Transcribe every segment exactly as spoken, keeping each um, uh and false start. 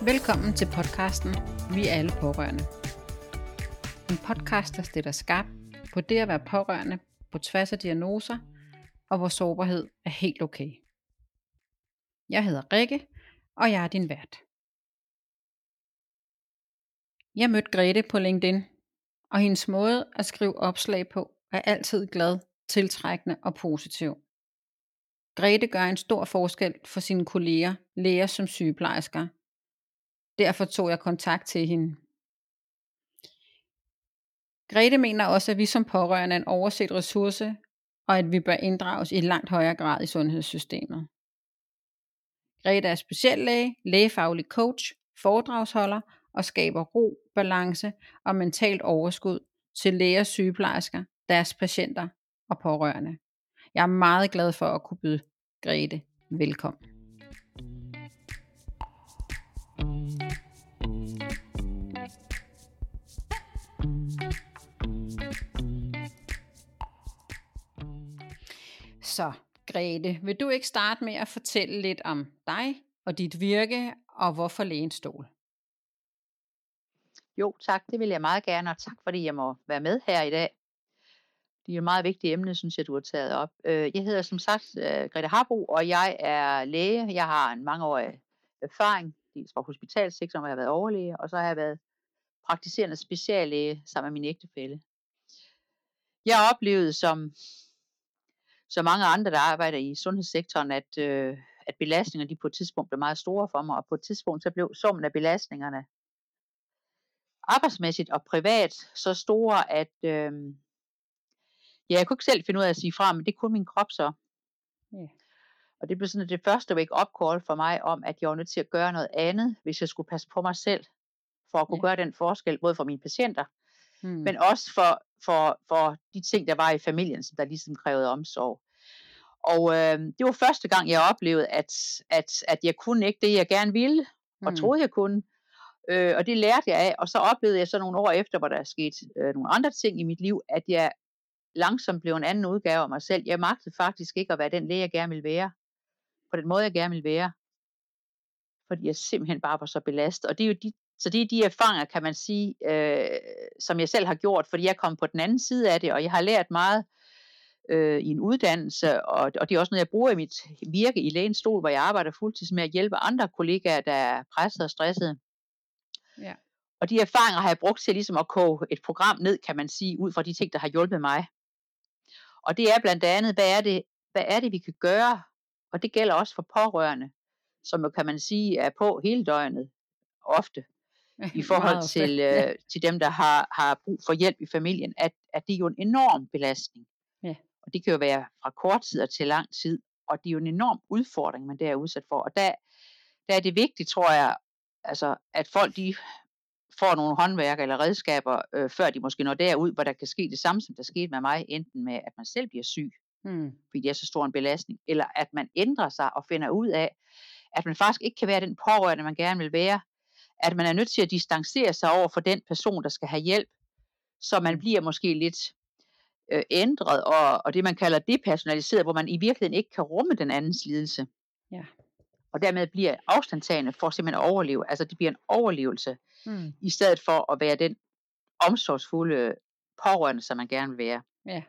Velkommen til podcasten Vi er alle pårørende. En podcast, der stiller skarp på det at være pårørende på tværs af diagnoser, og hvor sårbarhed er helt okay. Jeg hedder Rikke, og jeg er din vært. Jeg mødte Grete på LinkedIn, og hendes måde at skrive opslag på er altid glad, tiltrækkende og positiv. Grete gør en stor forskel for sine kolleger, læger som sygeplejersker. Derfor tog jeg kontakt til hende. Grete mener også, at vi som pårørende er en overset ressource, og at vi bør inddrages i langt højere grad i sundhedssystemet. Grete er speciallæge, lægefaglig coach, foredragsholder og skaber ro, balance og mentalt overskud til læger, sygeplejersker, deres patienter og pårørende. Jeg er meget glad for at kunne byde Grete velkommen. Så Grete, vil du ikke starte med at fortælle lidt om dig og dit virke, og hvorfor lægens stol? Jo, tak. Det vil jeg meget gerne, og tak fordi jeg må være med her i dag. Det er et meget vigtigt emne, synes jeg, du har taget op. Øh, Jeg hedder som sagt øh, Grete Harbo, og jeg er læge. Jeg har en mangeårig erfaring, dels fra hospitalssektoren, hvor jeg har været overlæge, og så har jeg været praktiserende speciallæge sammen med min ægtefælle. Jeg har oplevet, som, som mange andre, der arbejder i sundhedssektoren, at, øh, at belastningerne de på et tidspunkt blev meget store for mig, og på et tidspunkt så blev summen af belastningerne arbejdsmæssigt og privat så store, at øh, ja, jeg kunne ikke selv finde ud af at sige fra, men det kunne min krop så. Ja. Og det blev sådan det første wake-up call for mig om, at jeg var nødt til at gøre noget andet, hvis jeg skulle passe på mig selv, for at kunne Ja. gøre den forskel, både for mine patienter, Hmm. men også for, for, for de ting, der var i familien, som der ligesom krævede omsorg. Og øh, det var første gang, jeg oplevede, at, at, at jeg kunne ikke det, jeg gerne ville, og Hmm. troede, jeg kunne. Øh, og det lærte jeg af, og så oplevede jeg så nogle år efter, hvor der er sket øh, nogle andre ting i mit liv, at jeg langsomt blev en anden udgave af mig selv. Jeg magtede faktisk ikke at være den læge, jeg gerne ville være, på den måde, jeg gerne ville være, fordi jeg simpelthen bare var så belastet. Og det er jo de, så det er de erfaringer, kan man sige, øh, som jeg selv har gjort, fordi jeg kom på den anden side af det, og jeg har lært meget øh, i en uddannelse, og, og det er også noget, jeg bruger i mit virke i lægens stol, hvor jeg arbejder fuldtids med at hjælpe andre kollegaer, der er presset og stresset. Ja. Og de erfaringer har jeg brugt til ligesom at koge et program ned, kan man sige, ud fra de ting, der har hjulpet mig. Og det er blandt andet, hvad er det, hvad er det, vi kan gøre? Og det gælder også for pårørende, som jo, kan man sige, er på hele døgnet ofte, i forhold Meget ofte. til, Ja. øh, til dem, der har, har brug for hjælp i familien, at, at det er jo en enorm belastning. Ja. Og det kan jo være fra kort tid og til lang tid. Og det er jo en enorm udfordring, man der er udsat for. Og der, der er det vigtigt, tror jeg, altså, at folk de får nogle håndværker eller redskaber, øh, før de måske når derud, hvor der kan ske det samme, som der skete med mig, enten med, at man selv bliver syg, Hmm. fordi det er så stor en belastning, eller at man ændrer sig og finder ud af, at man faktisk ikke kan være den pårørende, man gerne vil være, at man er nødt til at distancere sig over for den person, der skal have hjælp, så man Hmm. bliver måske lidt øh, ændret, og, og det man kalder depersonaliseret, hvor man i virkeligheden ikke kan rumme den andens lidelse, Ja. og dermed bliver afstandtagende for simpelthen at overleve. Altså det bliver en overlevelse, Hmm. i stedet for at være den omsorgsfulde pårørende, som man gerne vil være. Ja.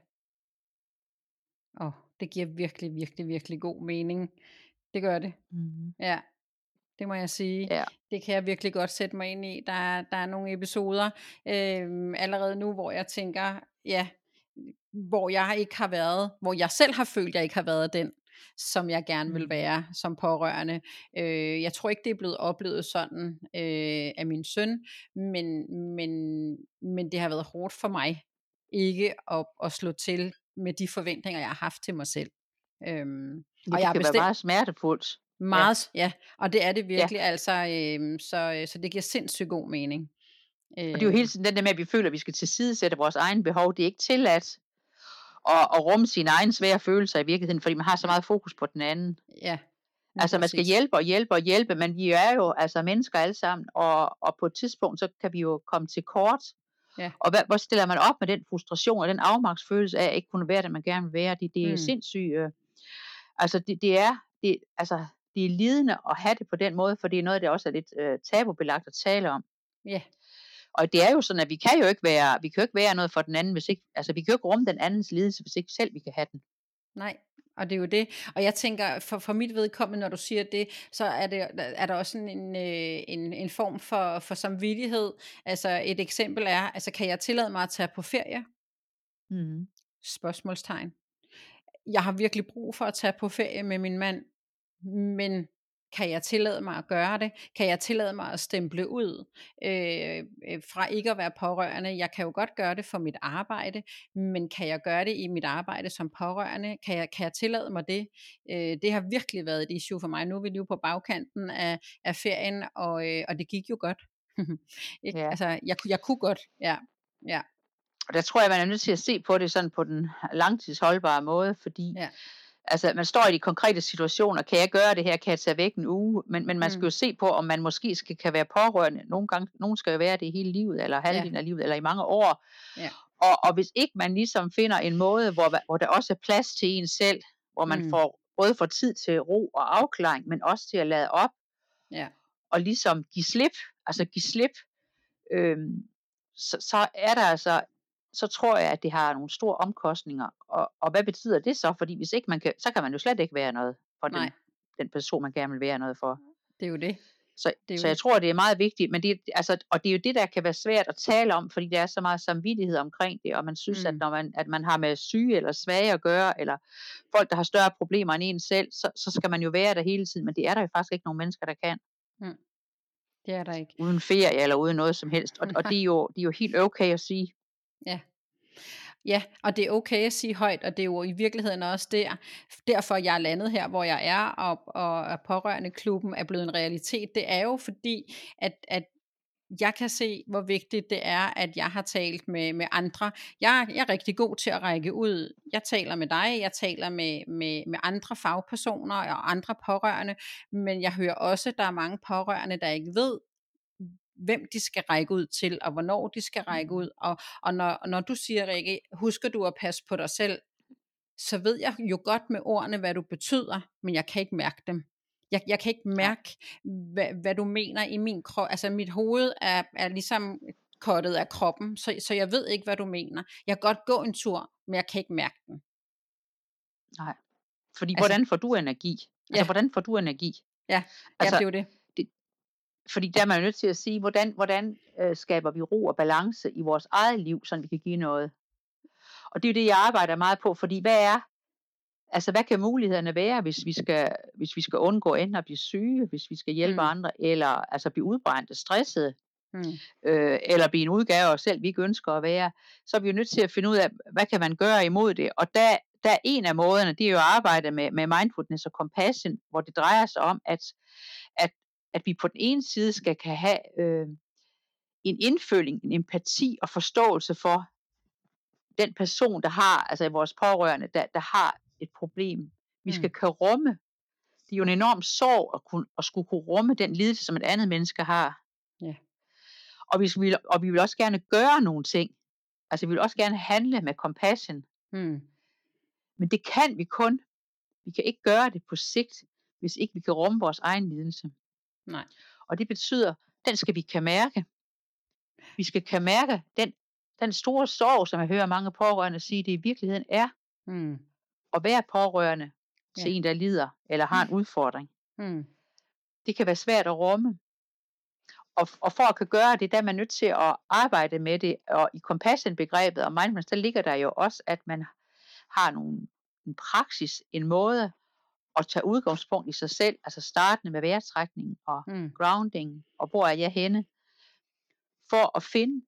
Og det giver virkelig, virkelig, virkelig god mening. Det gør det. Mm-hmm. Ja, det må jeg sige. Ja. Det kan jeg virkelig godt sætte mig ind i. Der er, der er nogle episoder øh, allerede nu, hvor jeg tænker, ja, hvor jeg ikke har været, hvor jeg selv har følt, jeg ikke har været den, som jeg gerne vil Mm. være som pårørende. Øh, jeg tror ikke, det er blevet oplevet sådan øh, af min søn, men, men, men det har været hårdt for mig, ikke at, at slå til med de forventninger, jeg har haft til mig selv. Øhm, Ja, og det jeg har kan bestemt være meget smertefuldt. meget, ja. ja, og det er det Ja. virkelig, altså, øhm, så, så det giver sindssygt god mening. Og det er jo hele tiden den der med, at vi føler, at vi skal tilsidesætte vores egen behov. Det er ikke tilladt at, at rumme sine egne svære følelser i virkeligheden, fordi man har så meget fokus på den anden. Ja, altså man skal hjælpe og hjælpe og hjælpe, men vi er jo altså mennesker alle sammen, og, og på et tidspunkt, så kan vi jo komme til kort. Ja. Og hvad, hvor stiller man op med den frustration og den afmagtsfølelse af at ikke kunne være det, man gerne vil være? Det, det er Mm. sindssygt. Øh, altså det, det er, det, altså det er lidende at have det på den måde, for det er noget, der også er lidt, øh, tabubelagt at tale om. Ja. Og det er jo sådan, at vi kan jo ikke være vi kan jo ikke være noget for den anden, hvis ikke altså, vi kan jo ikke rumme den andens lidelse, hvis ikke selv vi kan have den. Nej, og det er jo det. Og jeg tænker, for for mit vedkommende, når du siger det, så er det er der også sådan en, øh, en en form for for samvittighed. Altså et eksempel er, altså kan jeg tillade mig at tage på ferie? Mhm. Spørgsmålstegn. Jeg har virkelig brug for at tage på ferie med min mand, men kan jeg tillade mig at gøre det? Kan jeg tillade mig at stemple ud, øh, øh, fra ikke at være pårørende? Jeg kan jo godt gøre det for mit arbejde, men kan jeg gøre det i mit arbejde som pårørende? Kan jeg kan jeg tillade mig det? Øh, det har virkelig været et issue for mig. Nu er vi lige på bagkanten af af ferien, og øh, og det gik jo godt. Ikke? Ja. Altså, jeg kunne jeg kunne godt. Ja, ja, Og der tror jeg, man er nødt til at se på det sådan på den langtidsholdbare måde, fordi ja. altså, man står i de konkrete situationer. Kan jeg gøre det her? Kan jeg tage væk en uge? Men men man skal Mm, jo se på, om man måske skal kan være pårørende. Nogle gange nogen skal jo være det hele livet, eller ja, halvdelen af livet, eller i mange år. ja. Og og hvis ikke man ligesom finder en måde, hvor hva hvor der også er plads til en selv, hvor man Mm, får både får tid til ro og afklaring, men også til at lade op ja, og ligesom give slip, altså give slip, øhm, så så er der altså så tror jeg, at det har nogle store omkostninger. Og og hvad betyder det så? Fordi hvis ikke man kan så kan man jo slet ikke være noget for nej, den den person, man gerne vil være noget for. det er jo det. Så Det er så jo jeg tror, det er meget vigtigt, men det altså og det er jo det, der kan være svært at tale om, fordi der er så meget samvittighed omkring det, og man synes, at mm, når man at man har med syge eller svage at gøre, eller folk, der har større problemer end en selv, så så skal man jo være der hele tiden, men det er der jo faktisk ikke nogen mennesker, der kan, mm, det er der ikke. uden ferie eller uden noget som helst. Og og Nej, det er jo det er jo helt okay at sige. ja. Ja, og det er okay at sige højt, og det er jo i virkeligheden også der derfor jeg er landet her, hvor jeg er, og og at pårørendeklubben er blevet en realitet. Det er jo fordi, at at jeg kan se, hvor vigtigt det er, at jeg har talt med med andre. Jeg jeg er rigtig god til at række ud. Jeg taler med dig, jeg taler med med med andre fagpersoner og andre pårørende, men jeg hører også, at der er mange pårørende, der ikke ved, hvem de skal række ud til, og hvornår de skal række Mhm. ud. Og, og når, når du siger, Rikke, husker du at passe på dig selv, så ved jeg jo godt med ordene, hvad du betyder, men jeg kan ikke mærke dem. Jeg, jeg kan ikke Nej, mærke, hvad, hvad du mener i min krop. Altså mit hoved er, er ligesom kottet af kroppen, så, så jeg ved ikke, hvad du mener. Jeg kan godt gå en tur, men jeg kan ikke mærke den. nej. Fordi Altså, hvordan får du energi? Altså, ja, hvordan får du energi? ja, ja, det Altså, er jo det. det fordi der er man jo nødt til at sige, hvordan hvordan, øh, skaber vi ro og balance i vores eget liv, så vi kan give noget? Og det er jo det, jeg arbejder meget på, fordi hvad er altså, hvad kan mulighederne være, hvis vi skal hvis vi skal undgå enten at blive syge, hvis vi skal hjælpe Mm, andre, eller altså blive udbrændte, stressede, mm, øh, eller blive en udgave af os selv, vi ikke ønsker at være, så er vi jo nødt til at finde ud af, hvad kan man gøre imod det? Og der der er en af måderne, det er jo at arbejde med med mindfulness og compassion, hvor det drejer sig om, at at at vi på den ene side skal kan have, øh, en indføling, en empati og forståelse for den person, der har altså vores pårørende, der der har et problem. Vi skal mm, kan rumme det er jo en enorm sorg at kunne at skulle kunne rumme den lidelse, som et andet menneske har. ja, Og vi vil og vi vil også gerne gøre nogle ting. Altså, vi vil også gerne handle med compassion, mm, men det kan vi kun vi kan ikke gøre det på sigt, hvis ikke vi kan rumme vores egen lidelse. nej, Og det betyder, den skal vi kan mærke. Vi skal kan mærke den den store sorg, som jeg hører mange pårørende sige, det i virkeligheden er mm, at være pårørende ja, til en, der lider eller har en udfordring. mm, Det kan være svært at rumme. Og og for at kunne gøre det, der er man nødt til at arbejde med det, og i compassion-begrebet og mindfulness, der ligger der jo også, at man har nogle en praksis, en måde at tage udgangspunkt i sig selv, altså startende med vejrtrækning og mm, grounding, og hvor er jeg henne, for at finde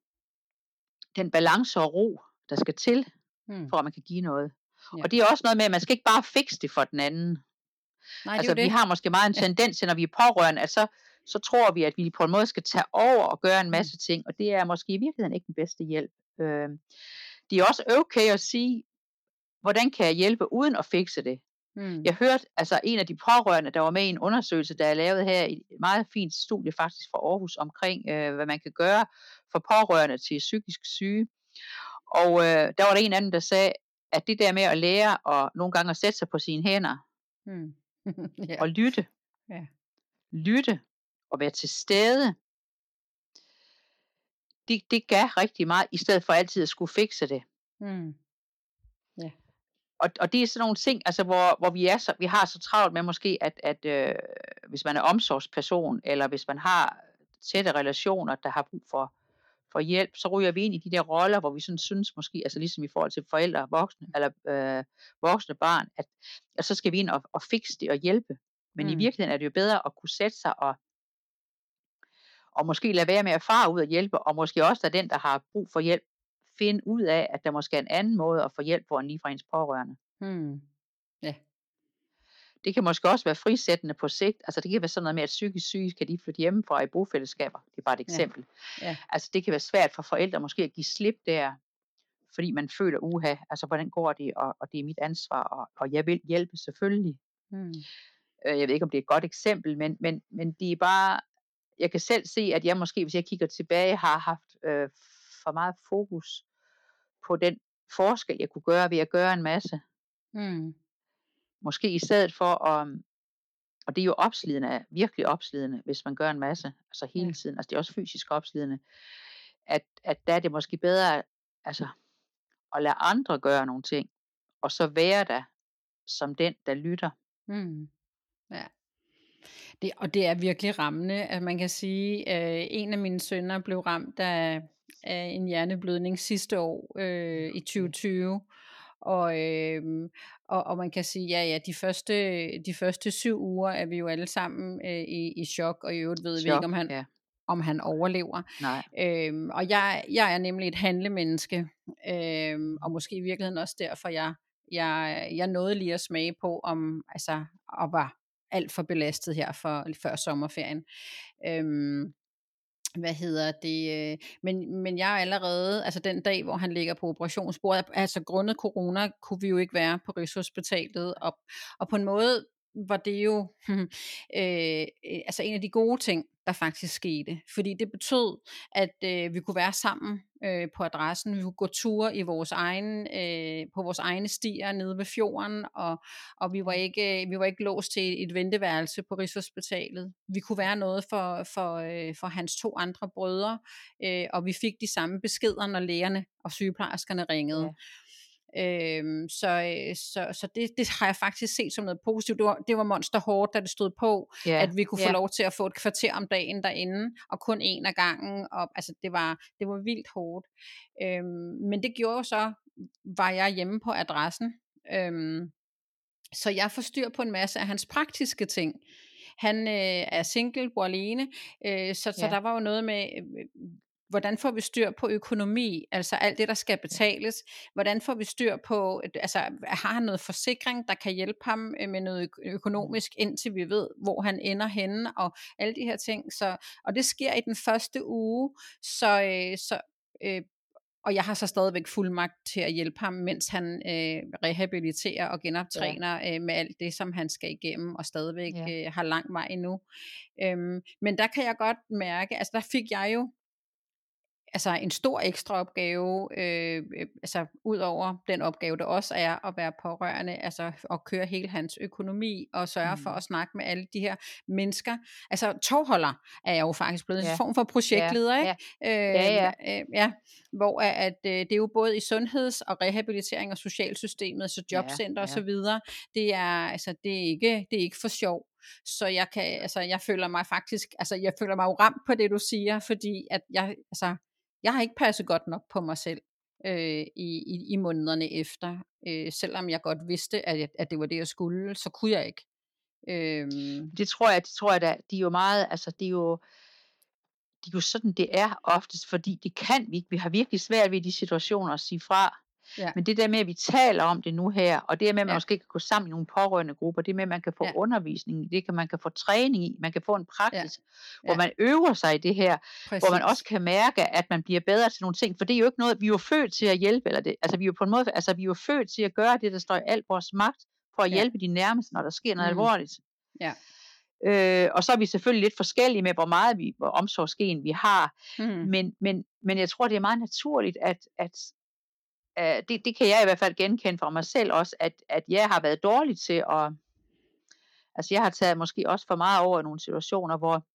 den balance og ro, der skal til, mm, for at man kan give noget. ja. Og det er også noget med, at man skal ikke bare fikse det for den anden. Nej, det er Altså, jo vi det. har måske meget en Ja, tendens til, når vi er pårørende, at så så tror vi, at vi på en måde skal tage over og gøre en mm, masse ting, og det er måske i virkeligheden ikke den bedste hjælp. Øh, det er også okay at sige, hvordan kan jeg hjælpe uden at fikse det? mm, Jeg hørte altså en af de pårørende, der var med i en undersøgelse, der er lavet her i et meget fint studie faktisk fra Aarhus omkring, øh, hvad man kan gøre for pårørende til psykisk syge. Og øh, der var der en af dem, der sagde, at det der med at lære og nogle gange at sætte sig på sine hænder mm. Ja, og lytte, Ja. Lytte og være til stede. Det det gav rigtig meget, i stedet for altid at skulle fikse det. Mh. Ja. Og og det er sådan nogle ting, altså hvor hvor vi er så vi har så travlt med måske, at at, øh, hvis man er omsorgsperson, eller hvis man har tætte relationer, der har brug for for hjælp, så ryger vi ind i de der roller, hvor vi sådan synes måske, altså ligesom i forhold til forældre og voksne eller øh, voksne barn, at at så skal vi ind og og fikse det og hjælpe. Men i Mh. virkeligheden er det jo bedre at kunne sætte sig og og måske lade være med at fare ud og hjælpe, og måske også lade den, der har brug for hjælp, finde ud af, at der måske er en anden måde at få hjælp på end lige fra ens pårørende. Mh. Ja. Det kan måske også være frisættende på sigt. Altså, det kan være sådan noget med, at psykisk syge kan de flytte hjemmefra i bofællesskaber. Det er bare et Ja. eksempel. Ja. Altså, det kan være svært for forældre måske at give slip der, fordi man føler, uha, altså hvordan går det, og, og det er mit ansvar, og, og jeg vil hjælpe selvfølgelig. Mh. Øh, jeg ved ikke, om det er et godt eksempel, men, men, men det er bare, jeg kan selv se, at jeg måske, hvis jeg kigger tilbage, har haft øh, for meget fokus på den forskel, jeg kunne gøre ved at gøre en masse. Mh. Måske i stedet for at, og det er jo opslidende, virkelig opslidende, hvis man gør en masse, altså hele Ja. tiden. Altså det er også fysisk opslidende, at, at der er det måske bedre, altså at lade andre gøre nogle ting, og så være der som den, der lytter. Mh. Ja. Det og det er virkelig rammende, at man kan sige, øh, en af mine sønner blev ramt af af en hjerneblødning sidste år, øh, i tyve tyve. Og, øhm, og og man kan sige, ja, ja, de første de første syv uger er vi jo alle sammen, øh, i i chok, og i øvrigt ved vi ikke, Chok, om han ja. om han overlever. Nej. Øhm, og jeg jeg er nemlig et handlemenneske, øhm, og måske i virkeligheden også derfor, jeg jeg jeg nåede lige at smage på, om altså, og var alt for belastet her for før sommerferien. Øhm, hvad hedder det, øh, men men jeg er allerede, altså den dag, hvor han ligger på operationsbordet, altså grundet corona kunne vi jo ikke være på Rigshospitalet, og og på en måde var det jo øh, altså en af de gode ting, der faktisk skete, fordi det betød, at øh, vi kunne være sammen øh, på adressen, vi kunne gå ture i vores egen, øh, på vores egne stier nede ved fjorden, og, og vi var ikke vi var ikke låst til et venteværelse på Rigshospitalet. Vi kunne være noget for for øh, for hans to andre brødre, øh, og vi fik de samme beskeder, når lægerne og sygeplejerskerne ringede. Ja. Øhm, så så, så det, det har jeg faktisk set som noget positivt. Det var, det var monster hårdt, da det stod på, Ja. at vi kunne Ja. få lov til at få et kvarter om dagen derinde, og kun en af gangen. Og, altså, det, var, det var vildt hårdt. Øhm, men det gjorde jo så, var jeg hjemme på adressen. Øhm, så jeg får styr på en masse af hans praktiske ting. Han øh, er single, bor alene, øh, så, så Ja. der var jo noget med, øh, hvordan får vi styr på økonomi, altså alt det, der skal betales. Hvordan får vi styr på, altså har han noget forsikring, der kan hjælpe ham øh, med noget ø- økonomisk, indtil vi ved, hvor han ender henne, og alle de her ting. Så, og det sker i den første uge, så, øh, så øh, og jeg har så stadigvæk fuldmagt til at hjælpe ham, mens han øh, rehabiliterer og genoptræner ja. øh, med alt det, som han skal igennem, og stadigvæk Ja. øh, har lang vej endnu. Øhm, men der kan jeg godt mærke, altså der fik jeg jo altså en stor ekstra opgave, øh, øh, altså ud over den opgave, der også er at være pårørende, altså at køre hele hans økonomi, og sørge for Mm. at snakke med alle de her mennesker. Altså tovholder er jeg jo faktisk blevet en Ja. form for projektleder, Ja. ikke? Ja, Øh, øh, ja, hvor at, at øh, det er jo både i sundheds- og rehabilitering og socialsystemet, så jobcenter Ja, og ja. så videre, det er, altså, det er ikke, det er ikke for sjov. Så jeg kan, altså jeg føler mig faktisk, altså jeg føler mig jo ramt på det, du siger, fordi at jeg, altså jeg har ikke passet godt nok på mig selv øh, i, i, i månederne efter. Øh, selvom jeg godt vidste, at, jeg, at det var det, jeg skulle, så kunne jeg ikke. Øhm, Det tror jeg, det tror jeg da, de er jo meget, altså det er jo, det er jo sådan, det er oftest, fordi det kan vi ikke. Vi har virkelig svært ved i de situationer at sige fra. ja, Men det der med, at vi taler om det nu her, og det med, at man ja, måske kan gå sammen i nogle pårørende grupper, det med, at man kan få ja, undervisning, det kan man kan få træning i, man kan få en ja, praksis, ja, hvor man øver sig i det her, hvor man også præcis. kan mærke, at man bliver bedre til nogle ting, for det er jo ikke noget, vi er jo født til at hjælpe, eller det, altså vi er jo på en måde, altså vi er jo født til at gøre det, der står i alt vores magt, for at Ja, hjælpe de nærmeste, når der sker noget mm, alvorligt. ja, Øh, og så er vi selvfølgelig lidt forskellige med, hvor meget vi, hvor omsorgsgen vi har, mm, men, men, men jeg tror, det er meget naturligt, at, at Uh, det, det kan jeg i hvert fald genkende fra mig selv også, at, at jeg har været dårlig til at, Altså, jeg har taget måske også for meget over i nogle situationer, hvor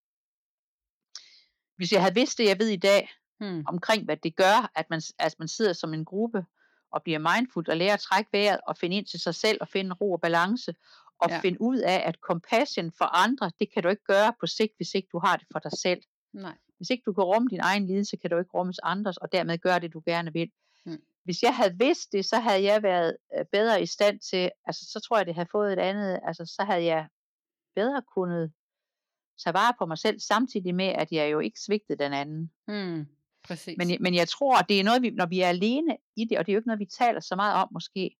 hvis jeg havde vidst det, jeg ved i dag, Hmm. omkring hvad det gør, at man, at man sidder som en gruppe og bliver mindful og lærer at trække vejret og finde ind til sig selv og finde ro og balance og Ja. finde ud af, at compassion for andre, det kan du ikke gøre på sigt, hvis ikke du har det for dig selv. Nej. Hvis ikke du kan rumme din egen lidelse, kan du ikke rummes andres, og dermed gøre det, du gerne vil. Hmm. Hvis jeg havde vidst det, så havde jeg været bedre i stand til, altså så tror jeg, det havde fået et andet, altså så havde jeg bedre kunnet tage vare på mig selv, samtidig med, at jeg jo ikke svigtede den anden. Hmm. Præcis. Men, men jeg tror, at det er noget, vi, når vi er alene i det, og det er jo ikke noget, vi taler så meget om måske,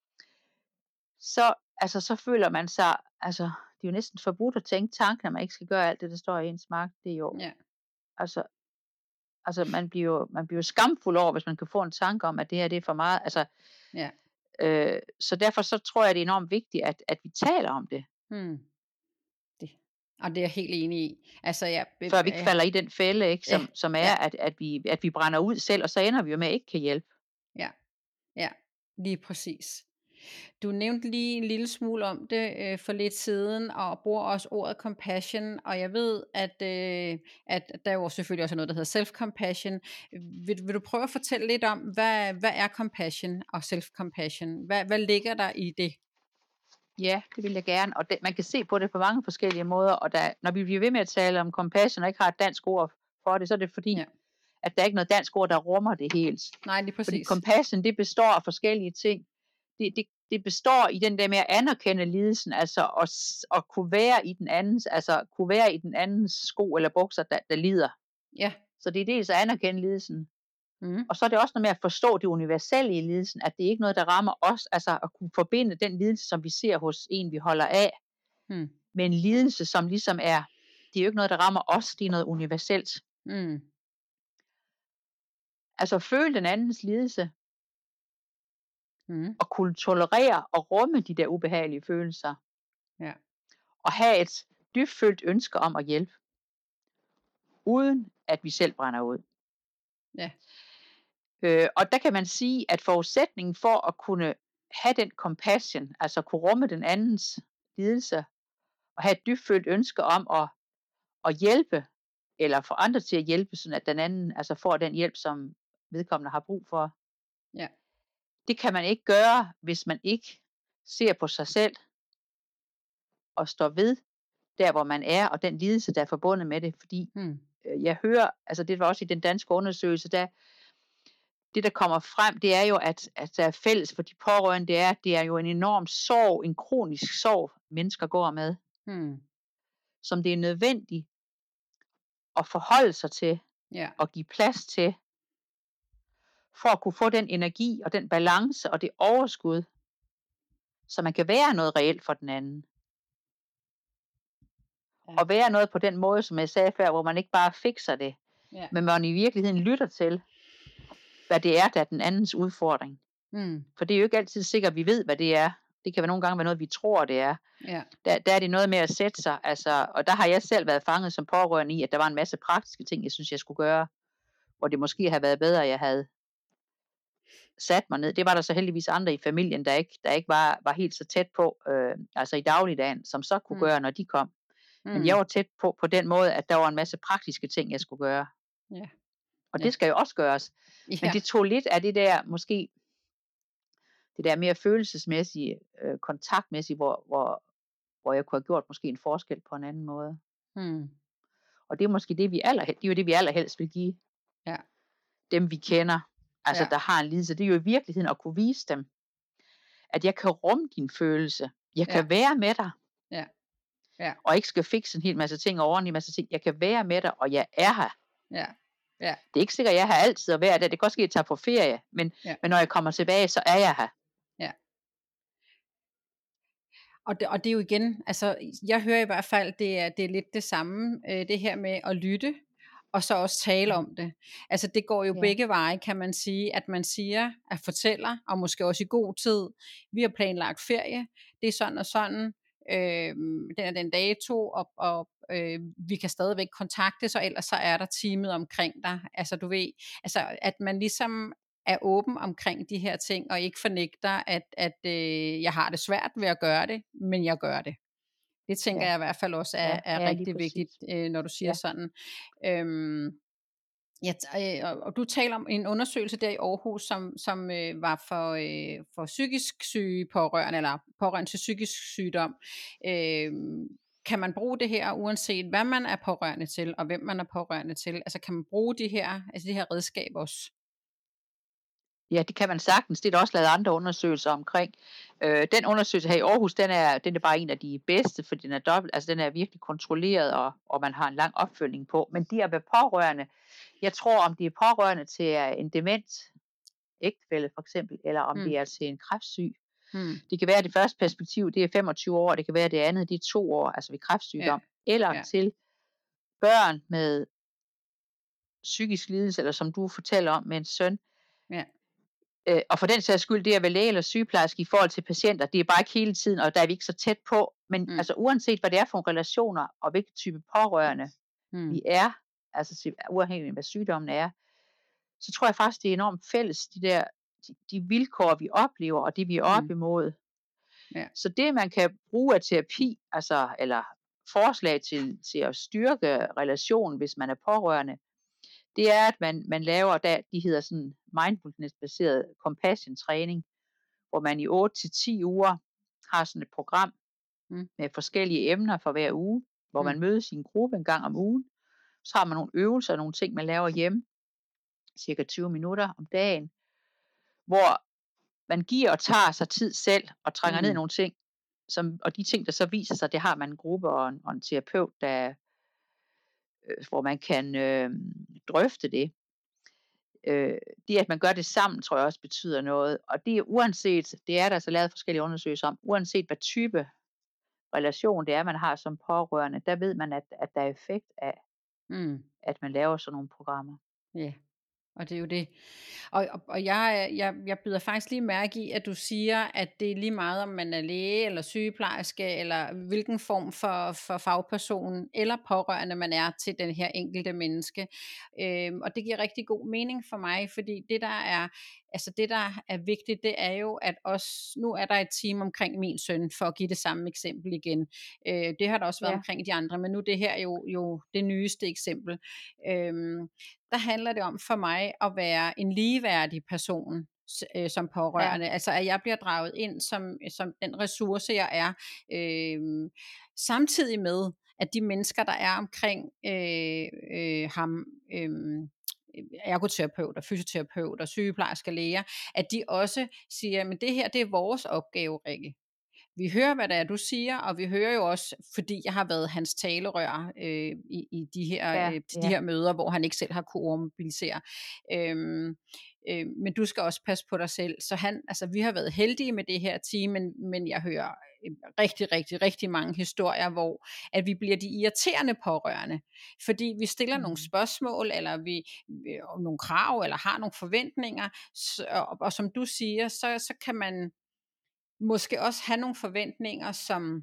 så, altså, så føler man sig, altså, det er jo næsten forbudt at tænke tanken, at man ikke skal gøre alt det, der står i ens magt. Det er jo, Ja. altså, altså man bliver jo, man bliver jo skamfuld over, hvis man kan få en tanke om, at det her, det er for meget, altså, Ja. øh, så derfor så tror jeg, det er enormt vigtigt, at, at vi taler om det, Hmm. Det. Og det er jeg helt enig i. Altså, jeg, før vi ikke jeg, falder i den fælde, ikke, som, ja. som er, Ja. at, at, vi, at vi brænder ud selv, og så ender vi jo med, at ikke kan hjælpe. Ja. Ja. Lige præcis. Du nævnte lige en lille smule om det øh, for lidt siden, og bruger også ordet compassion, og jeg ved, at, øh, at der jo selvfølgelig også er noget, der hedder self-compassion. Vil, vil du prøve at fortælle lidt om, hvad, hvad er compassion og self-compassion? Hvad, hvad ligger der i det? Ja, det vil jeg gerne, og det, man kan se på det på mange forskellige måder, og der, når vi bliver ved med at tale om compassion og ikke har et dansk ord for det, så er det fordi, Ja. at der er ikke noget dansk ord, der rummer det helt. Nej, lige Fordi præcis. compassion, det består af forskellige ting. Det, det, det består i den der med at anerkende lidelsen, altså at, at kunne være i den andens, altså kunne være i den andens sko eller bukser, der, der lider. Ja. Så det er dels at anerkende lidelsen, Mm. og så er det også noget med at forstå det universelle i lidelsen, at det ikke er noget, der rammer os, altså at kunne forbinde den lidelse, som vi ser hos en, vi holder af, Mm. med en lidelse, som ligesom er, det er jo ikke noget, der rammer os, det er noget universelt. Mm. Altså føle den andens lidelse, Mm. og kunne tolerere og rumme de der ubehagelige følelser, Ja. og have et dybfølt ønske om at hjælpe, uden at vi selv brænder ud. Ja. Øh, og der kan man sige, at forudsætningen for at kunne have den compassion, altså kunne rumme den andens lidelse, og have et dybfølt ønske om at, at hjælpe, eller få andre til at hjælpe, sådan at den anden altså får den hjælp, som vedkommende har brug for. Ja. Det kan man ikke gøre, hvis man ikke ser på sig selv, og står ved, der hvor man er, og den lidelse, der er forbundet med det. Fordi Mm. øh, jeg hører, altså det var også i den danske undersøgelse, der, det der kommer frem, det er jo, at, at der er fælles for de pårørende, det er, at det er jo en enorm sorg, en kronisk sorg, mennesker går med, Mm. som det er nødvendigt at forholde sig til, Ja. og give plads til, for at kunne få den energi, og den balance, og det overskud, så man kan være noget reelt for den anden. Ja. Og være noget på den måde, som jeg sagde før, hvor man ikke bare fikser det, Ja. men man i virkeligheden lytter til, hvad det er, der er den andens udfordring. Mm. For det er jo ikke altid sikkert, at vi ved, hvad det er. Det kan være nogle gange være noget, vi tror, det er. Ja. Der, der er det noget med at sætte sig, altså, og der har jeg selv været fanget som pårørende i, at der var en masse praktiske ting, jeg synes, jeg skulle gøre, hvor det måske havde været bedre, at jeg havde sat mig ned. Det var der så heldigvis andre i familien, der ikke, der ikke var, var helt så tæt på, øh, altså i dagligdagen, som så kunne Mm. gøre, når de kom. Mm. Men jeg var tæt på på den måde, at der var en masse praktiske ting, jeg skulle gøre. Ja. Og Ja. det skal jo også gøres. Ja. Men det tog lidt af det der, måske, det der mere følelsesmæssige, øh, kontaktmæssige, hvor, hvor, hvor jeg kunne have gjort måske en forskel på en anden måde. Mm. Og det er måske det, vi allerhelst, det er jo det, vi allerhelst vil give Ja. dem, vi kender, altså Ja. der har en lidelse. Det er jo i virkeligheden at kunne vise dem, at jeg kan rumme din følelse. Jeg kan Ja. være med dig. Ja. Ja. Og ikke skal fikse en hel masse ting og ordne en masse ting. Jeg kan være med dig, og jeg er her. Ja. Ja. Det er ikke sikkert, at jeg har altid at være der. Det kan også ske, at jeg tager på ferie. Men, Ja. men når jeg kommer tilbage, så er jeg her. Ja. Og det, og det er jo igen, altså jeg hører i hvert fald, det er, det er lidt det samme, øh, det her med at lytte, og så også tale om det. Altså det går jo Ja. begge veje, kan man sige, at man siger, at fortæller, og måske også i god tid, vi har planlagt ferie, det er sådan og sådan, øh, den er den dato, og, og øh, vi kan stadigvæk kontaktes, og ellers så er der teamet omkring dig. Altså du ved, altså at man ligesom er åben omkring de her ting, og ikke fornægter, at, at øh, jeg har det svært ved at gøre det, men jeg gør det. Det tænker Ja. jeg i hvert fald også er Ja, er ja, lige rigtig vigtigt, præcis. øh, når du siger Ja. sådan. Øhm, ja, t øh, og og du taler om en undersøgelse der i Aarhus, som som, øh, var for, øh, for psykisk syge pårørende eller pårørende til psykisk sygdom. Øhm, kan man bruge det her, uanset hvad man er pårørende til, og hvem man er pårørende til? Altså, kan man bruge de her altså, de her redskaber også? Ja, det kan man sagtens. Det er der også lavet andre undersøgelser omkring. Øh, den undersøgelse her i Aarhus, den er den er bare en af de bedste, for den er dobbelt altså den er virkelig kontrolleret, og og man har en lang opfølgning på. Men de at være pårørende, jeg tror, om de er pårørende til, øh, en dement ægtefælle for eksempel, eller om Hm. det er til en kræftsyg. Hm. Det kan være, det første perspektiv, det er femogtyve år, det kan være, det andet, det er to år, altså ved Ja. kræftsygdom, eller Ja. til børn med psykisk lidelse, eller som du fortæller om med en søn. Ja. Øh, og for den sags skyld, det at være læge eller sygeplejerske i forhold til patienter, det er bare ikke hele tiden, og der er vi ikke så tæt på. Men Hm. altså uanset hvad det er for nogle relationer, og hvilken type pårørende vi Hm. er, altså se uafhængigt af hvad sygdommen er, så tror jeg faktisk, det er enormt fælles, de der de de vilkår, vi oplever, og det vi er Hm. oppe imod. Ja. Så det, man kan bruge af terapi, altså eller forslag til til at styrke relationen, hvis man er pårørende, det er, at man man laver der de hedder sådan mindfulness-baseret compassion træning, hvor man i otte til ti uger har sådan et program Hm. med forskellige emner for hver uge, hvor man Hm. mødes i en gruppe en gang om ugen. Så har man nogle øvelser og nogle ting, man laver hjemme, cirka tyve minutter om dagen, hvor man giver og tager sig tid selv og trænger ned i Hm. nogle ting, som og de ting, der så viser sig, det har man en gruppe og en og en terapeut, der øh, hvor man kan, øh, drøfte det. Øh, det at man gør det sammen, tror jeg også betyder noget, og det er uanset det er der så lavet forskellige undersøgelser om, uanset hvad type relation det er, man har som pårørende, der ved man, at at der er effekt af Hm. at man laver sådan nogle programmer. Ja, og det er jo det. Og og og jeg jeg jeg bider faktisk lige mærke i, at du siger, at det er lige meget, om man er læge eller sygeplejerske, eller hvilken form for for fagperson eller pårørende man er til den her enkelte menneske. Øhm, og det giver rigtig god mening for mig, fordi det, der er altså det, der er vigtigt, det er jo, at også nu er der et team omkring min søn, for at give det samme eksempel igen. Øh, det har der også været Ja. omkring de andre, men nu er det her jo jo det nyeste eksempel. Øhm, der handler det om for mig at være en ligeværdig person s øh, som Ja. pårørende. Altså, at jeg bliver draget ind som som den ressource, jeg er. Øhm, samtidig med, at de mennesker, der er omkring, øh, øh, ham, øhm, ergoterapeuter, fysioterapeuter, sygeplejersker, læger, at de også siger: "Men det her, det er vores opgave, Rikke. Vi hører, hvad det er, du siger, og vi hører jo også, fordi jeg har været hans talerør, øh, i i de her Ja, øh, til de ja. her møder, hvor han ikke selv har kunnet ordmobilisere. Øhm, øh, men du skal også passe på dig selv." Så han altså, vi har været heldige med det her team, men men jeg hører rigtig, rigtig, rigtig mange historier, hvor at vi bliver de irriterende pårørende, fordi vi stiller nogle Mh. spørgsmål, eller vi vi og nogle krav, eller har nogle forventninger, s og og som du siger, så så kan man måske også have nogle forventninger, som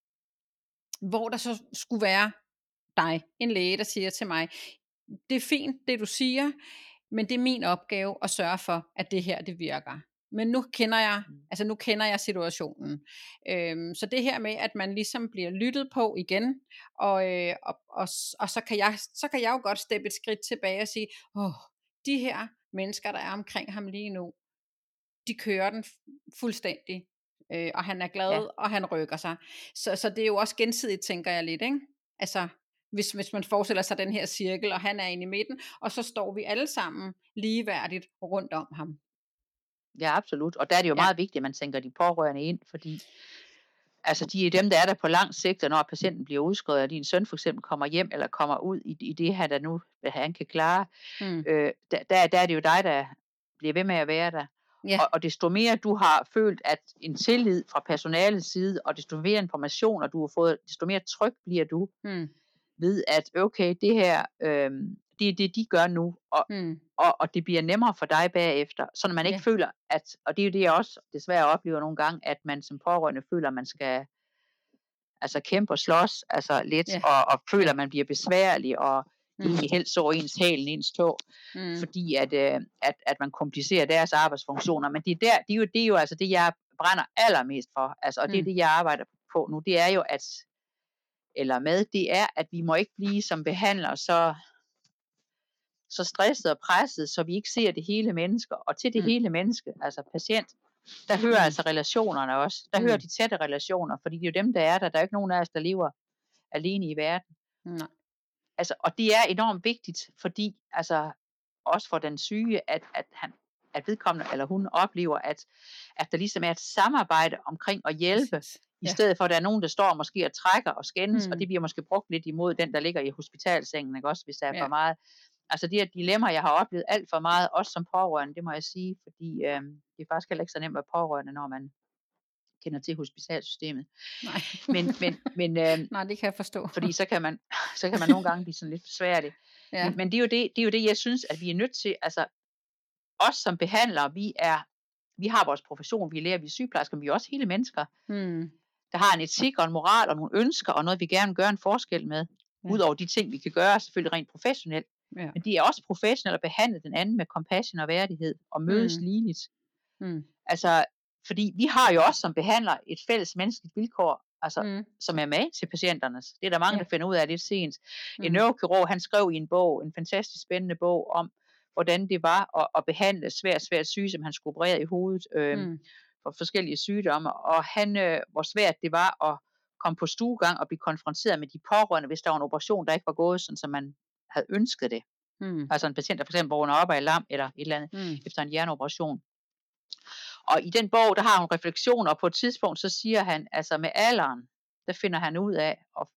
hvor der så skulle være dig, en læge, der siger til mig: "Det er fint, det du siger, men det er min opgave at sørge for, at det her, det virker. Men nu kender jeg Mh. altså nu kender jeg situationen." Øhm, så det her med, at man ligesom bliver lyttet på igen, og øh, og og s og så kan jeg så kan jeg jo godt steppe et skridt tilbage og sige: "Åh, de her mennesker, der er omkring ham lige nu, de kører den f fuldstændig, øh, og han er Ja. glad, og han rykker sig." Så så det er jo også gensidigt, tænker jeg lidt, ikke? Altså, hvis hvis man forestiller sig den her cirkel, og han er inde i midten, og så står vi alle sammen ligeværdigt rundt om ham. Ja, absolut. Og der er det jo Ja. meget vigtigt, at man tænker de pårørende ind, fordi altså, de er dem, der er der på lang sigt, og når patienten bliver udskrevet, og din søn for eksempel kommer hjem eller kommer ud i i det han, der nu hvad han kan klare, Hm. øh, der der der er det jo dig, der bliver ved med at være der. Ja. Og og desto mere du har følt, at en tillid fra personalets side, og desto mere informationer du har fået, desto mere tryg bliver du Hm. ved, at okay, det her, øh, det er det, de gør nu, og Hm. og og det bliver nemmere for dig bagefter, sådan at man ikke Ja. føler, at og det er jo det, jeg også desværre oplever nogle gange, at man som pårørende føler, at man skal altså kæmpe og slås, altså lidt, Ja. og og føler, Ja. at man bliver besværlig, og Hm. egentlig helst så ens hæl end ens tå, Hm. fordi at øh, at at man komplicerer deres arbejdsfunktioner. Men det er der det er jo det er jo altså det, jeg brænder allermest for, altså, og det er Hm. det, jeg arbejder på nu, det er jo, at eller med, det er, at vi må ikke blive som behandlere så så stresset og presset, så vi ikke ser det hele menneske. Og til det Mm. hele menneske, altså patient, der hører Mm. altså relationerne også. Der hører Mm. de tætte relationer, fordi det er jo dem, der er der. Der er jo ikke nogen af os, der lever alene i verden. Nej. Altså, og det er enormt vigtigt, fordi altså også for den syge, at, at han at vedkommende eller hun oplever, at, at der ligesom er et samarbejde omkring at hjælpe, Præcis. i Ja. stedet for, at der er nogen, der står måske og trækker og skændes, og Mm. det bliver måske brugt lidt imod den, der ligger i hospitalsengen, ikke også, hvis der er for Ja. meget. Altså de her dilemmaer, jeg har oplevet alt for meget, også som pårørende, det må jeg sige, fordi øh, det er faktisk heller ikke så nemt at være pårørende, når man kender til hospitalsystemet. Nej. Men, men, men øh, Nej, det kan jeg forstå. fordi så kan man, så kan man nogle gange blive sådan lidt besværlig. Ja. Men, men det er jo det, det er jo det, jeg synes, at vi er nødt til, altså os som behandlere, vi er, vi har vores profession, vi er læger, vi er sygeplejersker, men vi er også hele mennesker, Mm. der har en etik og en moral og nogle ønsker, og noget, vi gerne vil gøre en forskel med. Ja. Udover de ting, vi kan gøre, selvfølgelig rent professionelt. Ja. Men de er også professionelle at behandle den anden med compassion og værdighed, og mødes Mm. ligeligt. Mm. Altså, fordi vi har jo også som behandler et fælles menneskeligt vilkår, altså, Mm. som er med til patienternes. Det er der mange, Ja. der finder ud af lidt sent. En Mm. neurokirurg, han skrev i en bog, en fantastisk spændende bog, om hvordan det var at, at behandle svært, svært syge, som han skulle operere i hovedet øh, Mm. for forskellige sygdomme. Og han, øh, hvor svært det var at komme på stuegang og blive konfronteret med de pårørende, hvis der var en operation, der ikke var gået, sådan som man havde ønsket det. Mm. Altså en patient, der for eksempel vågner op af lam eller et eller andet Mm. efter en hjerneoperation. Og i den bog, der har hun refleksioner, og på et tidspunkt, så siger han, altså med alderen, der finder han ud af, og,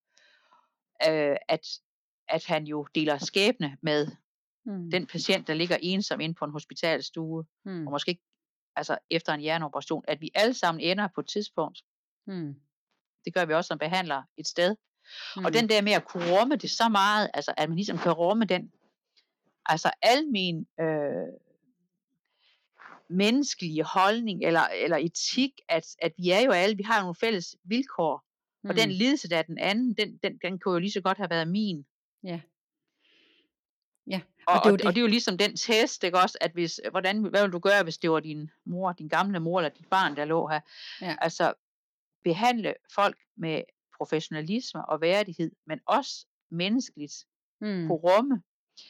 øh, at, at han jo deler skæbne med Mm. den patient, der ligger ensom inde på en hospitalstue, Mm. og måske ikke, altså efter en hjerneoperation, at vi alle sammen ender på et tidspunkt, Mm. det gør vi også som behandlere, et sted. Mm. Og den der med at kunne rumme det så meget, altså at man ligesom kan rumme den, altså almen øh, menneskelige holdning eller, eller etik, at, at vi er jo alle, vi har jo nogle fælles vilkår, Mm. og den lidelse, der er den anden, den, den, den kunne jo lige så godt have været min. Ja. Ja, Og, og det er og, jo og det. det er jo ligesom den test, ikke også, at hvis, hvordan, hvad vil du gøre, hvis det var din mor, din gamle mor, eller dit barn, der lå her? Ja. Altså, behandle folk med professionalisme og værdighed, men også menneskeligt, Mm. kunne rumme,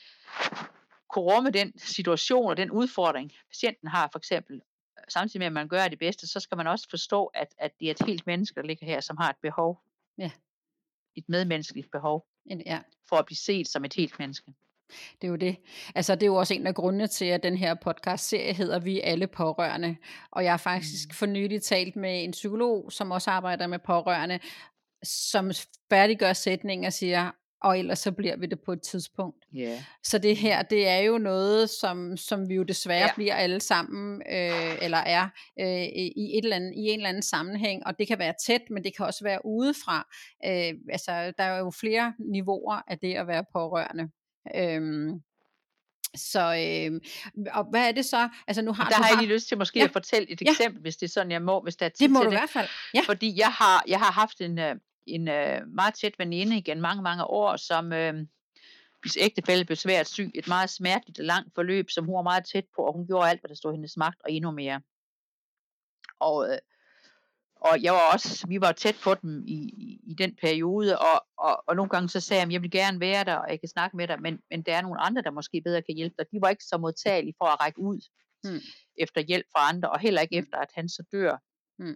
kunne rumme den situation og den udfordring, patienten har for eksempel. Samtidig med, at man gør det bedste, så skal man også forstå, at, at det er et helt menneske, der ligger her, som har et behov. Ja. Et medmenneskeligt behov, En- Ja, for at blive set som et helt menneske. det er jo det. Altså, det er jo også en af grundene til, at den her podcast-serie hedder Vi er alle pårørende. Og jeg har faktisk Mm. for nylig talt med en psykolog, som også arbejder med pårørende, som færdiggør sætningen og siger, og ellers så bliver vi det på et tidspunkt. Ja. Så det her, det er jo noget, som, som vi jo desværre Ja. bliver alle sammen, øh, eller er øh, i, et eller andet, i en eller anden sammenhæng, og det kan være tæt, men det kan også være udefra. Øh, altså, der er jo flere niveauer af det at være pårørende. Øhm, så, øh, og hvad er det så? Altså, nu har Der du har jeg har, lige lyst til måske Ja. at fortælle et Ja. eksempel, hvis det er sådan, jeg må, hvis der er tid det må til du i det. hvert fald. Ja. Fordi jeg har, jeg har haft en, øh, en øh, meget tæt veninde igen mange, mange år, som øh, hvis ægtefælle blev svært syg, et meget smerteligt og langt forløb, som hun var meget tæt på, og hun gjorde alt, hvad der stod i hendes magt, og endnu mere. Og, øh, og jeg var også, vi var tæt på dem i, i, i den periode, og, og, og nogle gange så sagde jeg, jeg vil gerne være der, og jeg kan snakke med dig, men, men der er nogle andre, der måske bedre kan hjælpe dig. De var ikke så modtagelige for at række ud Mm. efter hjælp fra andre, og heller ikke Mm. efter, at han så dør. Mm.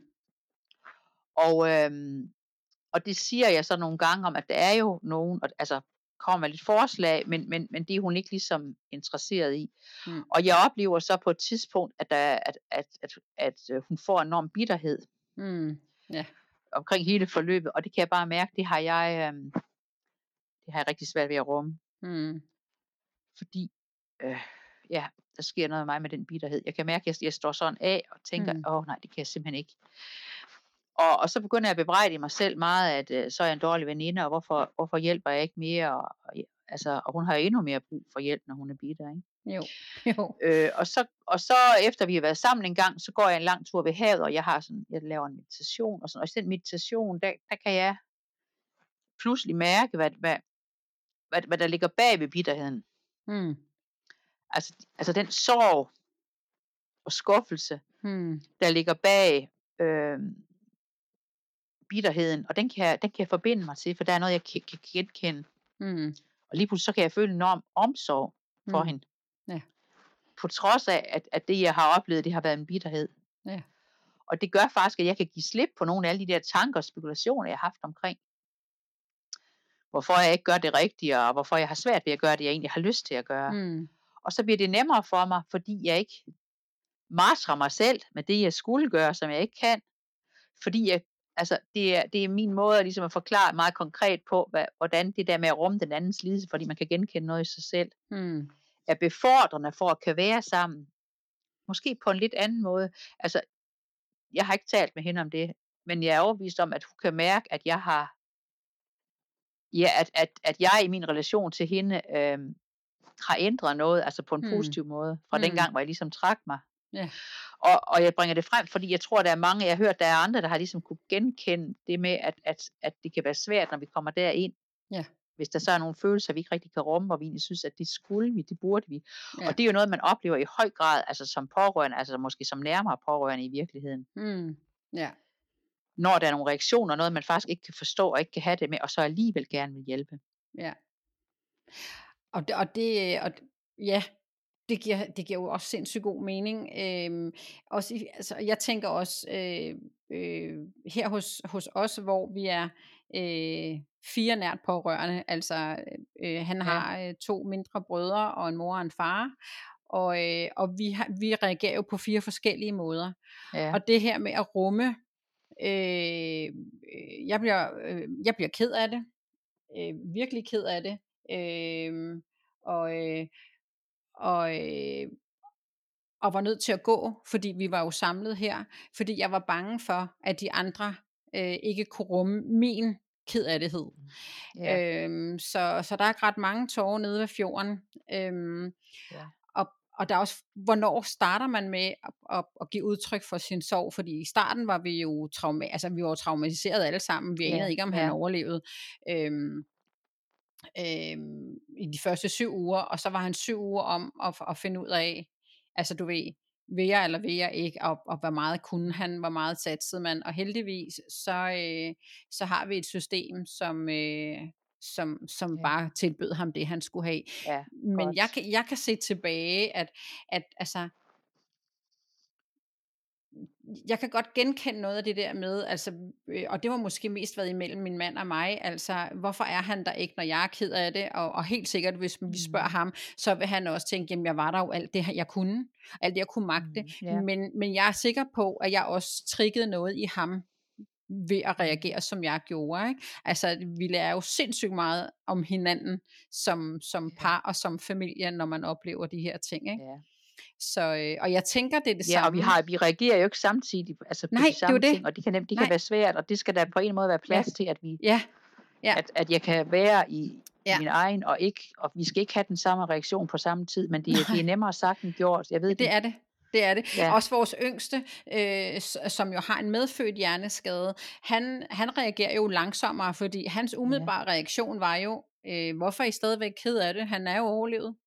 Og, øhm, og det siger jeg så nogle gange om, at der er jo nogen, og, altså kommer med lidt forslag, men, men, men det er hun ikke ligesom interesseret i. Mm. Og jeg oplever så på et tidspunkt, at, der, at, at, at, at øh, hun får en enorm bitterhed Mm. Ja. omkring hele forløbet, og det kan jeg bare mærke, det har jeg, øhm, det har jeg rigtig svært ved at rumme. Mm. Fordi, øh, ja, der sker noget af mig med den bitterhed. Jeg kan mærke, at jeg, jeg står sådan af og tænker, åh Mm. oh, nej, det kan jeg simpelthen ikke. Og, og så begynder jeg at bebrejde mig selv meget, at øh, så er jeg en dårlig veninde, og hvorfor, hvorfor hjælper jeg ikke mere? Og, og, altså, og hun har endnu mere brug for hjælp, når hun er bitter, ikke? Jo. Jo. Øh, og, så, og så efter vi har været sammen en gang, så går jeg en lang tur ved havet, og jeg har sådan, jeg laver en meditation, og, sådan, og i den meditation, der, der kan jeg pludselig mærke, hvad, hvad, hvad, hvad der ligger bag ved bitterheden. Mm. Altså, altså den sorg og skuffelse, Mm. der ligger bag, øh, bitterheden, og den kan jeg den kan jeg forbinde mig til, for der er noget, jeg kan kan genkende. Mm. Og lige pludselig så kan jeg føle en enorm omsorg for Mm. hende. Ja. På trods af, at at det, jeg har oplevet, det har været en bitterhed. Ja. Og det gør faktisk, at jeg kan give slip på nogle af alle de der tanker og spekulationer, jeg har haft omkring hvorfor jeg ikke gør det rigtige, og hvorfor jeg har svært ved at gøre det, jeg egentlig har lyst til at gøre. Mm. Og så bliver det nemmere for mig, fordi jeg ikke martrer mig selv med det, jeg skulle gøre, som jeg ikke kan. Fordi jeg, altså, det er, det er min måde at, ligesom at forklare meget konkret på, hvad, hvordan det der med at rumme den andens lidelse, fordi man kan genkende noget i sig selv, Mm. er befordrende for at kan være sammen. Måske på en lidt anden måde. Altså, jeg har ikke talt med hende om det, men jeg er overbevist om, at hun kan mærke, at jeg har, ja, at, at, at jeg i min relation til hende øh, har ændret noget, altså på en Mm. positiv måde, fra Mm. den gang, hvor jeg ligesom trak mig. Ja. Og, og jeg bringer det frem, fordi jeg tror, der er mange, jeg har hørt, der er andre, der har ligesom kunne genkende det med, at, at, at det kan være svært, når vi kommer derind. Ja. Hvis der så er nogle følelser, vi ikke rigtig kan rumme, og vi egentlig synes, at det skulle vi, det burde vi. Ja. Og det er jo noget, man oplever i høj grad, altså som pårørende, altså måske som nærmere pårørende i virkeligheden. Mm. Ja. Når der er nogle reaktioner, noget man faktisk ikke kan forstå, og ikke kan have det med, og så alligevel gerne vil hjælpe. Ja. Og det, og det, og ja, det giver, det giver jo også sindssygt god mening. Øhm, også i, altså, jeg tænker også øh, øh, her hos, hos os, hvor vi er øh, fire nært pårørende. Altså, øh, han Ja. har øh, to mindre brødre og en mor og en far. Og, øh, og vi, har, vi reagerer jo på fire forskellige måder. Ja. Og det her med at rumme, øh, øh, jeg, bliver, øh, jeg bliver ked af det. Øh, virkelig ked af det. Øh, og, øh, og, øh, og var nødt til at gå, fordi vi var jo samlet her, fordi jeg var bange for, at de andre øh, ikke kunne rumme min kedattighed. Ja. Øhm, så, så der er ikke ret mange tårer nede ved fjorden. Øhm, Ja. og, og der er også, hvornår starter man med at, at, at give udtryk for sin sorg? Fordi i starten var vi jo trauma, altså vi var jo traumatiseret alle sammen. Vi Ja. anede ikke, om Ja. han overlevede. Øhm, øhm, i de første syv uger, og så var han syv uger om at, at finde ud af, altså du ved, vil jeg eller vil jeg ikke, og, og hvor meget kunne han, hvor meget satsede man, og heldigvis, så, øh, så har vi et system, som, øh, som, som Ja. bare tilbød ham det, han skulle have. Ja, Men godt. jeg kan, jeg kan se tilbage, at, at altså, jeg kan godt genkende noget af det der med, altså, øh, og det var måske mest været imellem min mand og mig, altså, hvorfor er han der ikke, når jeg er ked af det, og, og helt sikkert, hvis vi spørger Mm. ham, så vil han også tænke, jamen, jeg var der jo alt det, jeg kunne, alt det, jeg kunne magte, Mm. Ja. men, men jeg er sikker på, at jeg også triggede noget i ham, ved at reagere, som jeg gjorde, ikke? Altså, vi lærer jo sindssygt meget om hinanden, som, som Ja. par og som familie, når man oplever de her ting, ikke? Ja. Så, øh, og jeg tænker, det er det Ja, og samme. vi har vi reagerer jo ikke samtidig, altså på Nej, de det er jo samme det. ting, og det kan nemt, det Nej. kan være svært, og det skal der på en måde være plads Ja. til, at vi, Ja, ja, at, at jeg kan være i, Ja. i min egen, og ikke, og vi skal ikke have den samme reaktion på samme tid, men det, er- det er nemmere sagt end gjort, jeg ved det. det er det. Det er det. Ja. Også vores yngste, øh, s- som jo har en medfødt hjerneskade, han, han reagerer jo langsommere, fordi hans umiddelbare reaktion var jo, øh, hvorfor er I stadigvæk ked af det? Han er jo overlevet.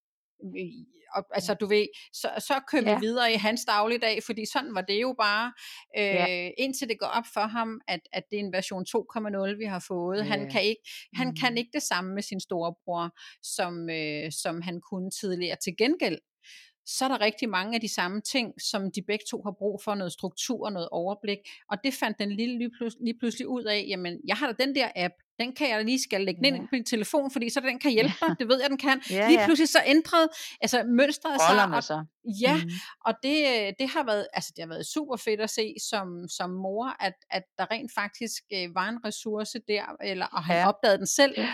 Øh, Og, altså du ved, så, så kører Ja. vi videre i hans dagligdag, fordi sådan var det jo bare, øh, Ja. indtil det går op for ham, at, at det er en version to komma nul, vi har fået. Ja. Han kan ikke, han Mm. kan ikke det samme med sin storebror, som, øh, som han kunne tidligere. Til gengæld, så er der rigtig mange af de samme ting, som de begge to har brug for, noget struktur og noget overblik, og det fandt den lille lige pludselig, lige pludselig ud af, jamen, jeg har da den der app, den kan jeg lige skal lægge den Ja. ind på din telefon, fordi så den kan hjælpe dig, det ved jeg, den kan. Ja, Lige ja. pludselig så ændrede, altså mønstret sig, Rollerne og, så. ja, Mm. og det, øh, det har været, altså det har været super fedt at se som, som mor, at, at der rent faktisk øh, var en ressource der, eller, og han Ja. opdagede den selv. Ja.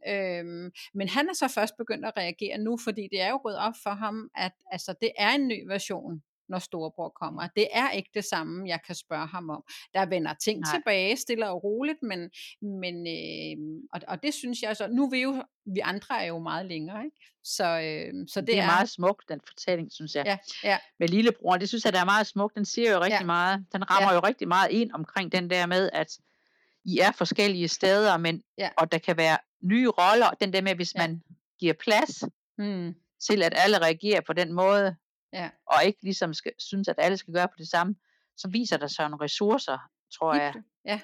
Øhm, men han er så først begyndt at reagere nu, fordi det er jo gået op for ham, at altså, det er en ny version, når storebror kommer. Det er ikke det samme, jeg kan spørge ham om. Der vender ting Nej. tilbage, stille og roligt, men, men øh, og, og det synes jeg så, nu er vi jo, vi andre er jo meget længere, ikke? Så, øh, så det, Det er meget smukt, den fortælling, synes jeg. Ja, ja, Med lillebror, det synes jeg, der er meget smukt. Den siger jo rigtig Ja. meget. Den rammer Ja. jo rigtig meget ind omkring den der med, at I er forskellige steder, men, Ja. og der kan være nye roller. Og den der med, hvis Ja. man giver plads hmm, til, at alle reagerer på den måde, ja. og ikke ligesom skal, synes, at alle skal gøre på det samme, så viser der sig nogle ressourcer, tror jeg. Ja,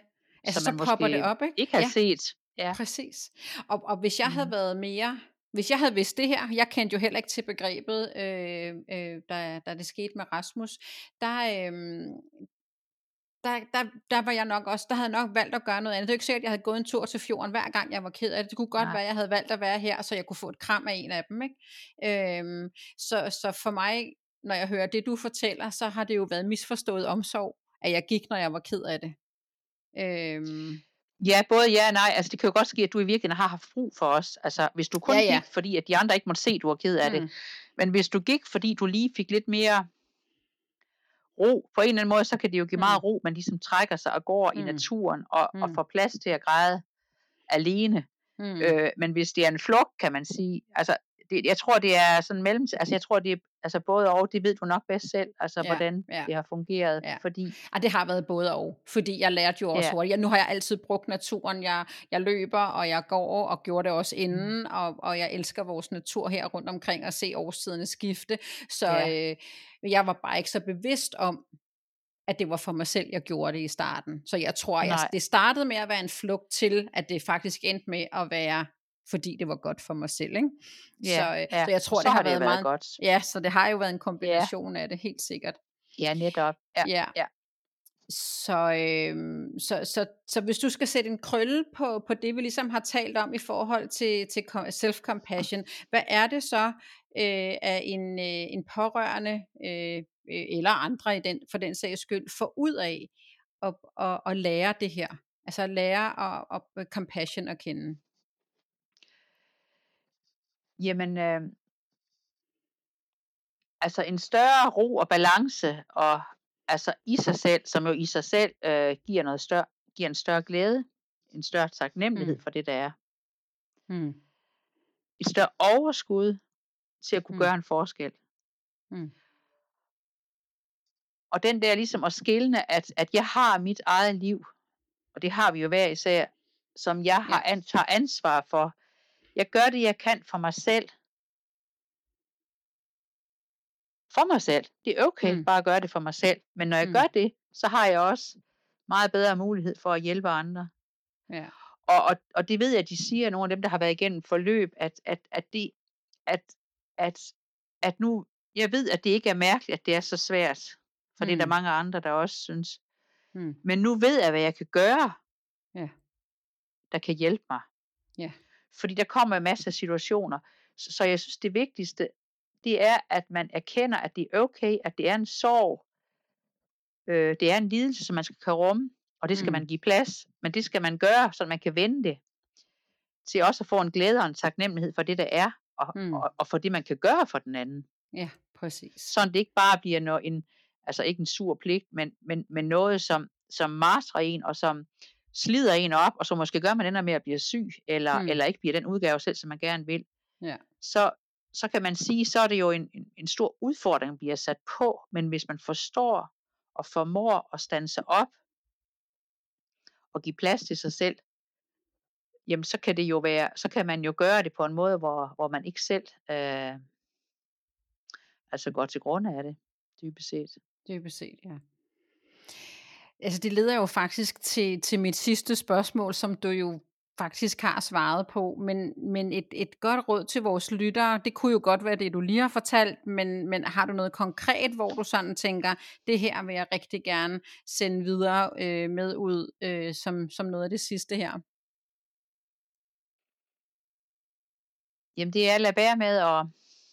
Altså, som så man popper det måske op, ikke? ikke havde Ja, set. Ja. præcis. Og og hvis jeg havde Mhm. været mere hvis jeg havde vidst det her, jeg kendte jo heller ikke til begrebet, øh, øh, da da det skete med Rasmus, der, øhm, der der der var jeg nok også der havde jeg nok valgt at gøre noget andet. Det er jo ikke sikkert, jeg havde gået en tur til fjorden, hver gang jeg var ked af det. Det kunne godt Nej. være, jeg havde valgt at være her, så jeg kunne få et kram af en af dem, ikke? Øhm, så så for mig, når jeg hører det, du fortæller, så har det jo været misforstået omsorg, at jeg gik, når jeg var ked af det. Øhm, Ja, både ja og nej. Altså, det kan jo godt ske, at du i virkeligheden har haft brug for os. Altså, hvis du ja, kun ja. gik, fordi at de andre ikke måtte se, du var ked af det. Mm, Men hvis du gik, fordi du lige fik lidt mere ro, på en eller anden måde, så kan det jo give mm, meget ro, man ligesom trækker sig og går i mm, naturen og, og mm, får plads til at græde alene. mm. Øh, men hvis det er en flugt, kan man sige, altså, det, jeg tror, det er sådan mellem, altså, jeg tror, det er altså både og, det ved du nok bedst selv, altså, Ja, hvordan ja. det har fungeret, Ja. fordi, Ej, det har været både og, fordi jeg lærte jo også ja, hurtigt. Nu har jeg altid brugt naturen. Jeg, jeg løber, og jeg går, og gjorde det også mm, inden, og, og jeg elsker vores natur her rundt omkring, og se årstiderne skifte. Så ja, øh, jeg var bare ikke så bevidst om, at det var for mig selv, jeg gjorde det i starten. Så jeg tror, jeg, nej, det startede med at være en flugt til, at det faktisk endte med at være, fordi det var godt for mig selv. Ikke? Så, ja, øh, ja, så jeg og tror, så det har har det været været meget, godt. ja, så det har jo været en Ja, kombination af det, helt sikkert. ja, netop, ja, Ja. ja. Så, øhm, så, så, så hvis du skal sætte en krølle på, på det, vi ligesom har talt om i forhold til, til co- self-compassion, hvad er det så øh, af en, øh, en pårørende, øh, øh, eller andre i den, for den sags skyld, får ud af at, at, at lære det her? Altså at lære at, at compassion at kende. Jamen, øh, altså en større ro og balance, og altså i sig selv, som jo i sig selv øh, giver noget større, giver en større glæde, en større taknemmelighed Mm, for det, der er. mm, Et større overskud til at kunne mm, gøre en forskel. mm. Og den der ligesom at skilne, at, at jeg har mit eget liv, og det har vi jo hver især, som jeg Ja. har an, tager ansvar for. Jeg gør det, jeg kan for mig selv. For mig selv. Det er okay Mm, bare at gøre det for mig selv. Men når jeg mm, gør det, så har jeg også meget bedre mulighed for at hjælpe andre. ja. Og, og, og det ved jeg, at de siger, nogle af dem, der har været igennem forløb, at, at, at, det, at, at, at nu, jeg ved, at det ikke er mærkeligt, at det er så svært. For det er der Mm, mange andre, der også synes. mm, Men nu ved jeg, hvad jeg kan gøre, ja. der kan hjælpe mig. Ja. Fordi der kommer en masse situationer. Så, så jeg synes, det vigtigste, det er, at man erkender, at det er okay, at det er en sorg. Øh, det er en lidelse, som man skal kan rumme, og det skal man Mm, give plads. Men det skal man gøre, så man kan vende det til også at få en glæde og en taknemmelighed for det, der er, og, mm. og, og for det, man kan gøre for den anden. Ja, præcis. Sådan det ikke bare bliver noget, en, altså ikke en sur pligt, men, men, men noget, som, som martrer en, og som slider en op, og som måske gør, at man ender med at blive syg, eller, Mm, eller ikke bliver den udgave selv, som man gerne vil. ja. Så, så kan man sige, så er det jo en, en, en stor udfordring, der bliver sat på, men hvis man forstår og formår at standse op og give plads til sig selv, jamen så kan det jo være, så kan man jo gøre det på en måde, hvor, hvor man ikke selv øh, altså går til grund af det, dybest set. Dybest set, ja. Altså det leder jo faktisk til, til mit sidste spørgsmål, som du jo faktisk har svaret på, men, men et, et godt råd til vores lyttere, det kunne jo godt være det, du lige har fortalt, men, men har du noget konkret, hvor du sådan tænker, det her vil jeg rigtig gerne sende videre øh, med ud, øh, som, som noget af det sidste her? Jamen det er at lade være med at,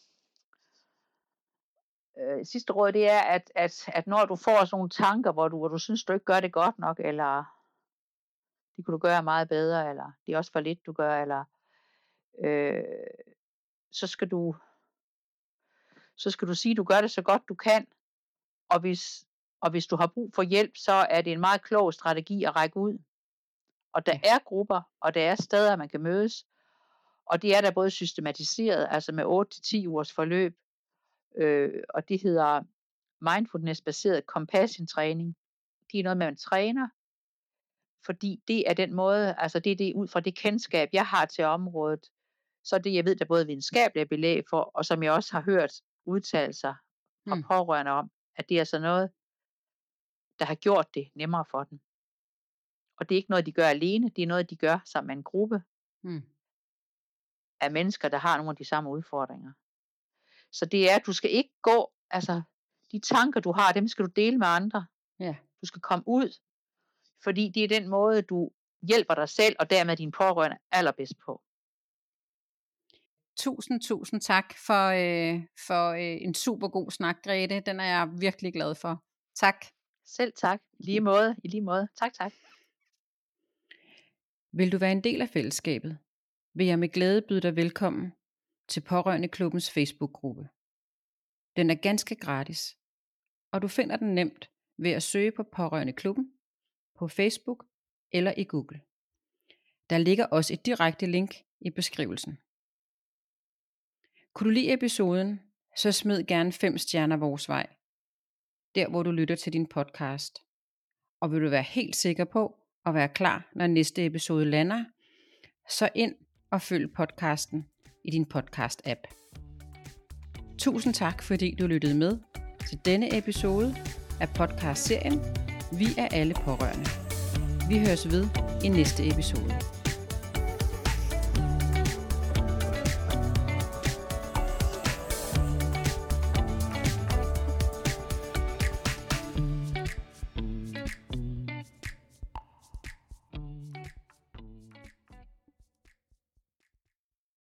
øh, sidste råd, det er, at, at, at når du får sådan nogle tanker, hvor du, hvor du synes, du ikke gør det godt nok, eller det kunne du gøre meget bedre, eller det er også for lidt, du gør, eller øh, så skal du så skal du sige, at du gør det så godt du kan, og hvis, og hvis du har brug for hjælp, så er det en meget klog strategi at række ud. Og der Ja. er grupper, og der er steder, man kan mødes, og det er der både systematiseret, altså med otte til ti ugers forløb, øh, og det hedder mindfulness-baseret compassion træning. Det er noget, man træner, fordi det er den måde, altså det er det ud fra det kendskab, jeg har til området, så det jeg ved, der både videnskabeligt er belæg for, og som jeg også har hørt udtalelser fra Mm. pårørende om, at det er altså noget, der har gjort det nemmere for dem. Og det er ikke noget, de gør alene, det er noget, de gør sammen med en gruppe Mm. af mennesker, der har nogle af de samme udfordringer. Så det er, du skal ikke gå, altså de tanker, du har, dem skal du dele med andre. Ja. Du skal komme ud, fordi det er den måde, du hjælper dig selv og dermed dine pårørende allerbedst på. Tusind, tusind tak for, øh, for øh, en super god snak, Grete. Den er jeg virkelig glad for. Tak. Selv tak. I lige måde. I lige måde. Tak, tak. Vil du være en del af fællesskabet, vil jeg med glæde byde dig velkommen til Pårørendeklubbens Facebook-gruppe. Den er ganske gratis, og du finder den nemt ved at søge på Pårørendeklubben på Facebook eller i Google. Der ligger også et direkte link i beskrivelsen. Kunne du lide episoden, så smid gerne fem stjerner vores vej, der hvor du lytter til din podcast. Og vil du være helt sikker på at være klar, når næste episode lander, så ind og følg podcasten i din podcast-app. Tusind tak, fordi du lyttede med til denne episode af podcastserien Vi er alle pårørende. Vi høres ved i næste episode.